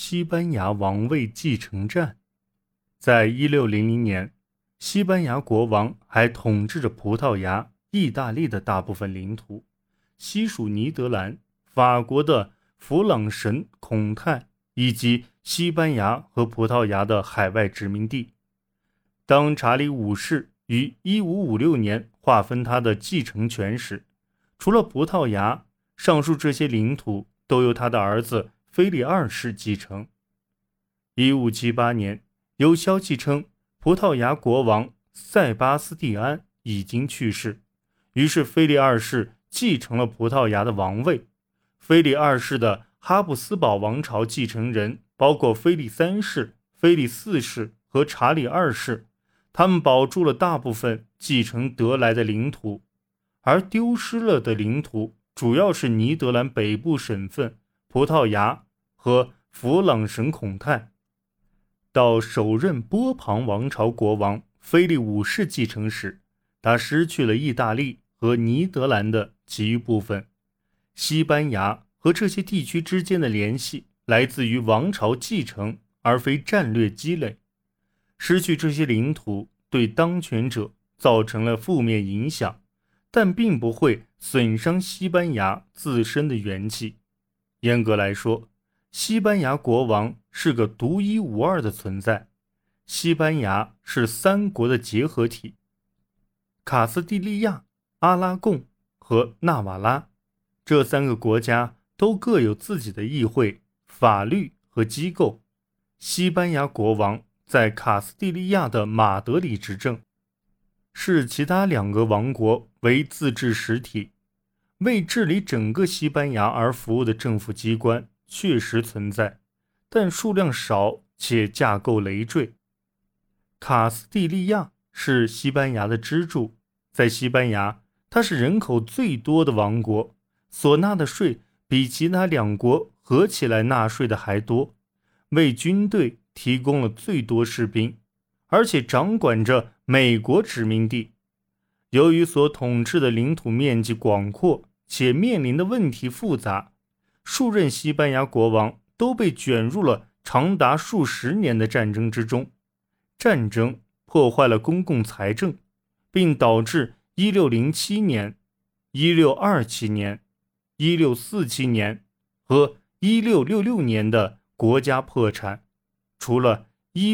西班牙王位继承战。在1600年，西班牙国王还统治着葡萄牙、意大利的大部分领土，西属尼德兰、法国的弗朗神孔泰以及西班牙和葡萄牙的海外殖民地。当查理五世于1556年划分他的继承权时，除了葡萄牙，上述这些领土都由他的儿子腓力二世继承。1578年，有消息称葡萄牙国王塞巴斯蒂安已经去世，于是腓力二世继承了葡萄牙的王位。腓力二世的哈布斯堡王朝继承人包括腓力三世、腓力四世和查理二世，他们保住了大部分继承得来的领土，而丢失了的领土主要是尼德兰北部省份、葡萄牙和弗朗神孔泰。到首任波旁王朝国王腓力五世继承时，他失去了意大利和尼德兰的其余部分。西班牙和这些地区之间的联系来自于王朝继承，而非战略积累。失去这些领土对当权者造成了负面影响，但并不会损伤西班牙自身的元气。严格来说，西班牙国王是个独一无二的存在。西班牙是三国的结合体，卡斯蒂利亚、阿拉贡和纳瓦拉这三个国家都各有自己的议会、法律和机构。西班牙国王在卡斯蒂利亚的马德里执政，视其他两个王国为自治实体。为治理整个西班牙而服务的政府机关确实存在，但数量少且架构累赘。卡斯蒂利亚是西班牙的支柱，在西班牙，它是人口最多的王国，所纳的税比其他两国合起来纳税的还多，为军队提供了最多士兵，而且掌管着美国殖民地。由于所统治的领土面积广阔且面临的问题复杂，数任西班牙国王都被卷入了长达数十年的战争之中。战争破坏了公共财政，并导致1607年、1627年、1647年和1666年的国家破产。除了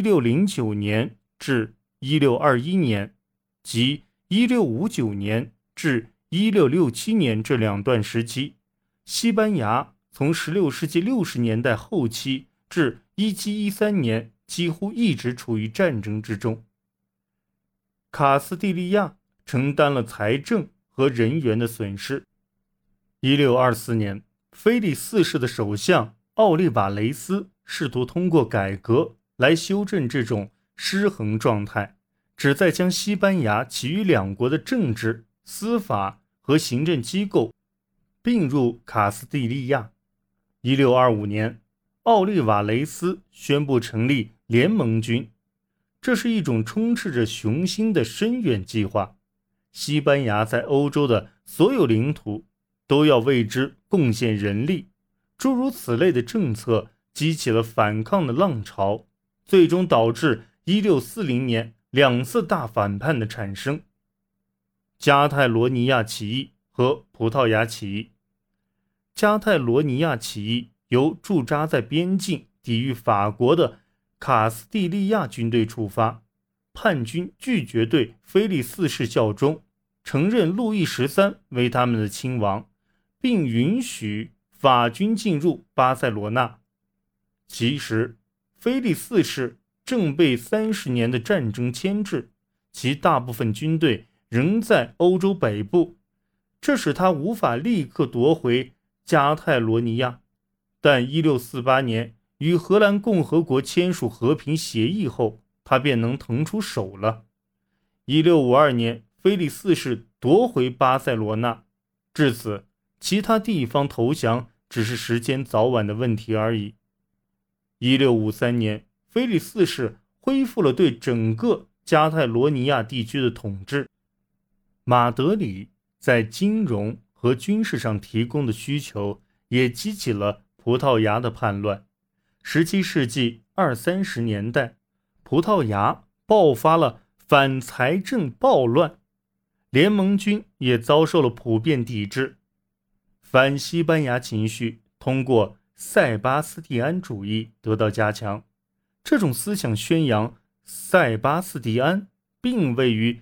1609年至1621年及1659年至1667年这两段时期，西班牙从16世纪60年代后期至1713年几乎一直处于战争之中。卡斯蒂利亚承担了财政和人员的损失。1624年，腓力四世的首相奥利瓦雷斯试图通过改革来修正这种失衡状态，旨在将西班牙其余两国的政治、司法和行政机构并入卡斯蒂利亚。1625年，奥利瓦雷斯宣布成立联盟军，这是一种充斥着雄心的深远计划。西班牙在欧洲的所有领土都要为之贡献人力，诸如此类的政策激起了反抗的浪潮，最终导致1640年两次大反叛的产生：加泰罗尼亚起义和葡萄牙起义。加泰罗尼亚起义由驻扎在边境抵御法国的卡斯蒂利亚军队出发，叛军拒绝对腓力四世效忠，承认路易13为他们的亲王，并允许法军进入巴塞罗那。其实，腓力四世正被30年的战争牵制，其大部分军队仍在欧洲北部，这使他无法立刻夺回加泰罗尼亚。但1648年与荷兰共和国签署和平协议后，他便能腾出手了。1652年，腓力四世夺回巴塞罗那，至此，其他地方投降只是时间早晚的问题而已。1653年，腓力四世恢复了对整个加泰罗尼亚地区的统治。马德里在金融和军事上提供的需求也激起了葡萄牙的叛乱。 17世纪20-30年代，葡萄牙爆发了反财政暴乱，联盟军也遭受了普遍抵制。反西班牙情绪通过塞巴斯蒂安主义得到加强。这种思想宣扬塞巴斯蒂安并未于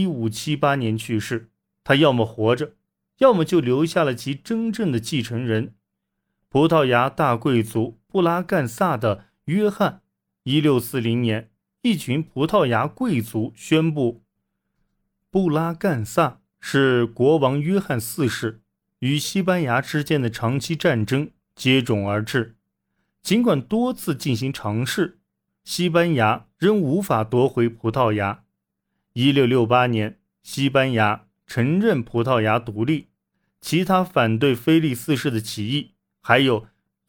1578年去世，他要么活着，要么就留下了其真正的继承人，葡萄牙大贵族布拉干萨的约翰。1640年，一群葡萄牙贵族宣布，布拉干萨是国王约翰4世与西班牙之间的长期战争接踵而至。尽管多次进行尝试，西班牙仍无法夺回葡萄牙。1668年，西班牙承认葡萄牙独立。其他反对菲利4世的起义，还有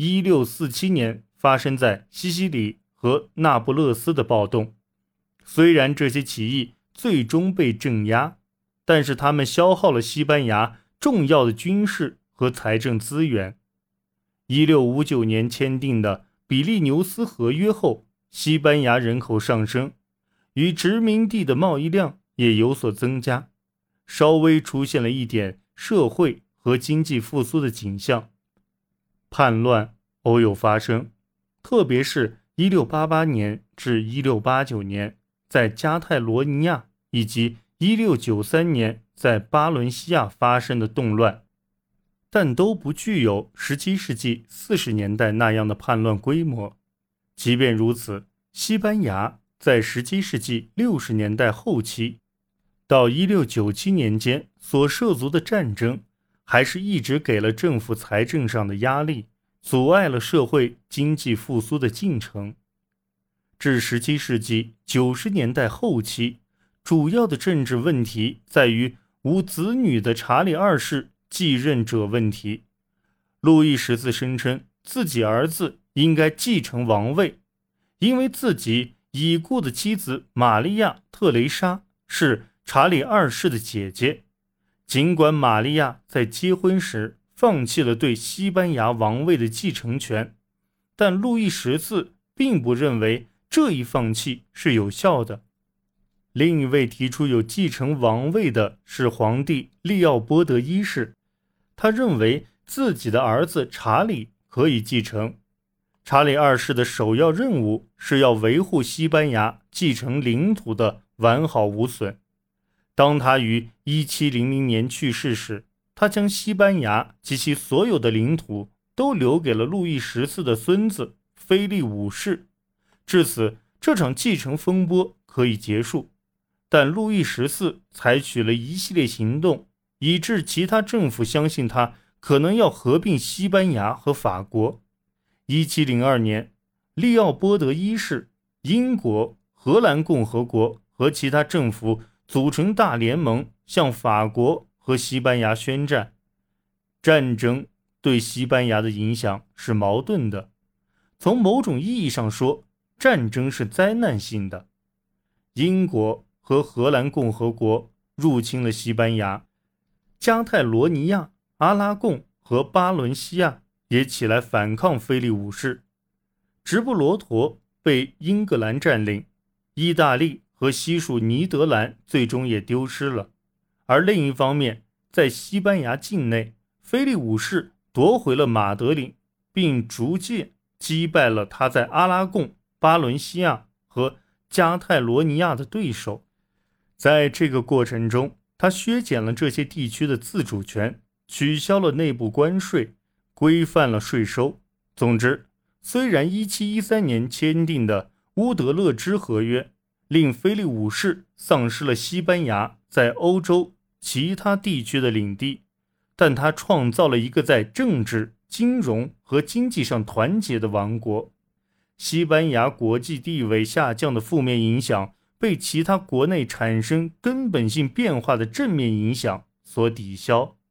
1647年发生在西西里和那不勒斯的暴动。虽然这些起义最终被镇压，但是他们消耗了西班牙重要的军事和财政资源。1659年签订的比利牛斯合约后，西班牙人口上升，与殖民地的贸易量也有所增加，稍微出现了一点社会和经济复苏的景象。叛乱偶有发生，特别是1688年至1689年在加泰罗尼亚，以及1693年在巴伦西亚发生的动乱，但都不具有17世纪40年代那样的叛乱规模。即便如此，西班牙在17世纪60年代后期到1697年间所涉足的战争，还是一直给了政府财政上的压力，阻碍了社会经济复苏的进程。至17世纪90年代后期，主要的政治问题在于无子女的查理2世继任者问题。路易14声称自己儿子应该继承王位，因为自己已故的妻子玛利亚·特蕾莎是查理2世的姐姐。尽管玛利亚在结婚时放弃了对西班牙王位的继承权，但路易14并不认为这一放弃是有效的。另一位提出有继承王位的是皇帝利奥波德1世，他认为自己的儿子查理可以继承。查理2世的首要任务是要维护西班牙继承领土的完好无损。当他于1700年去世时，他将西班牙及其所有的领土都留给了路易14的孙子菲利5世。至此，这场继承风波可以结束。但路易14采取了一系列行动，以致其他政府相信他可能要合并西班牙和法国。1702年，利奥波德1世、英国、荷兰共和国和其他政府组成大联盟，向法国和西班牙宣战。战争对西班牙的影响是矛盾的。从某种意义上说，战争是灾难性的。英国和荷兰共和国入侵了西班牙，加泰罗尼亚、阿拉贡和巴伦西亚也起来反抗菲利5世。直布罗陀被英格兰占领，意大利和西属尼德兰最终也丢失了。而另一方面，在西班牙境内，菲利5世夺回了马德里，并逐渐击败了他在阿拉贡、巴伦西亚和加泰罗尼亚的对手。在这个过程中，他削减了这些地区的自主权，取消了内部关税，规范了税收。总之，虽然1713年签订的乌德勒支合约令菲利5世丧失了西班牙在欧洲其他地区的领地，但他创造了一个在政治、金融和经济上团结的王国。西班牙国际地位下降的负面影响被其他国内产生根本性变化的正面影响所抵消。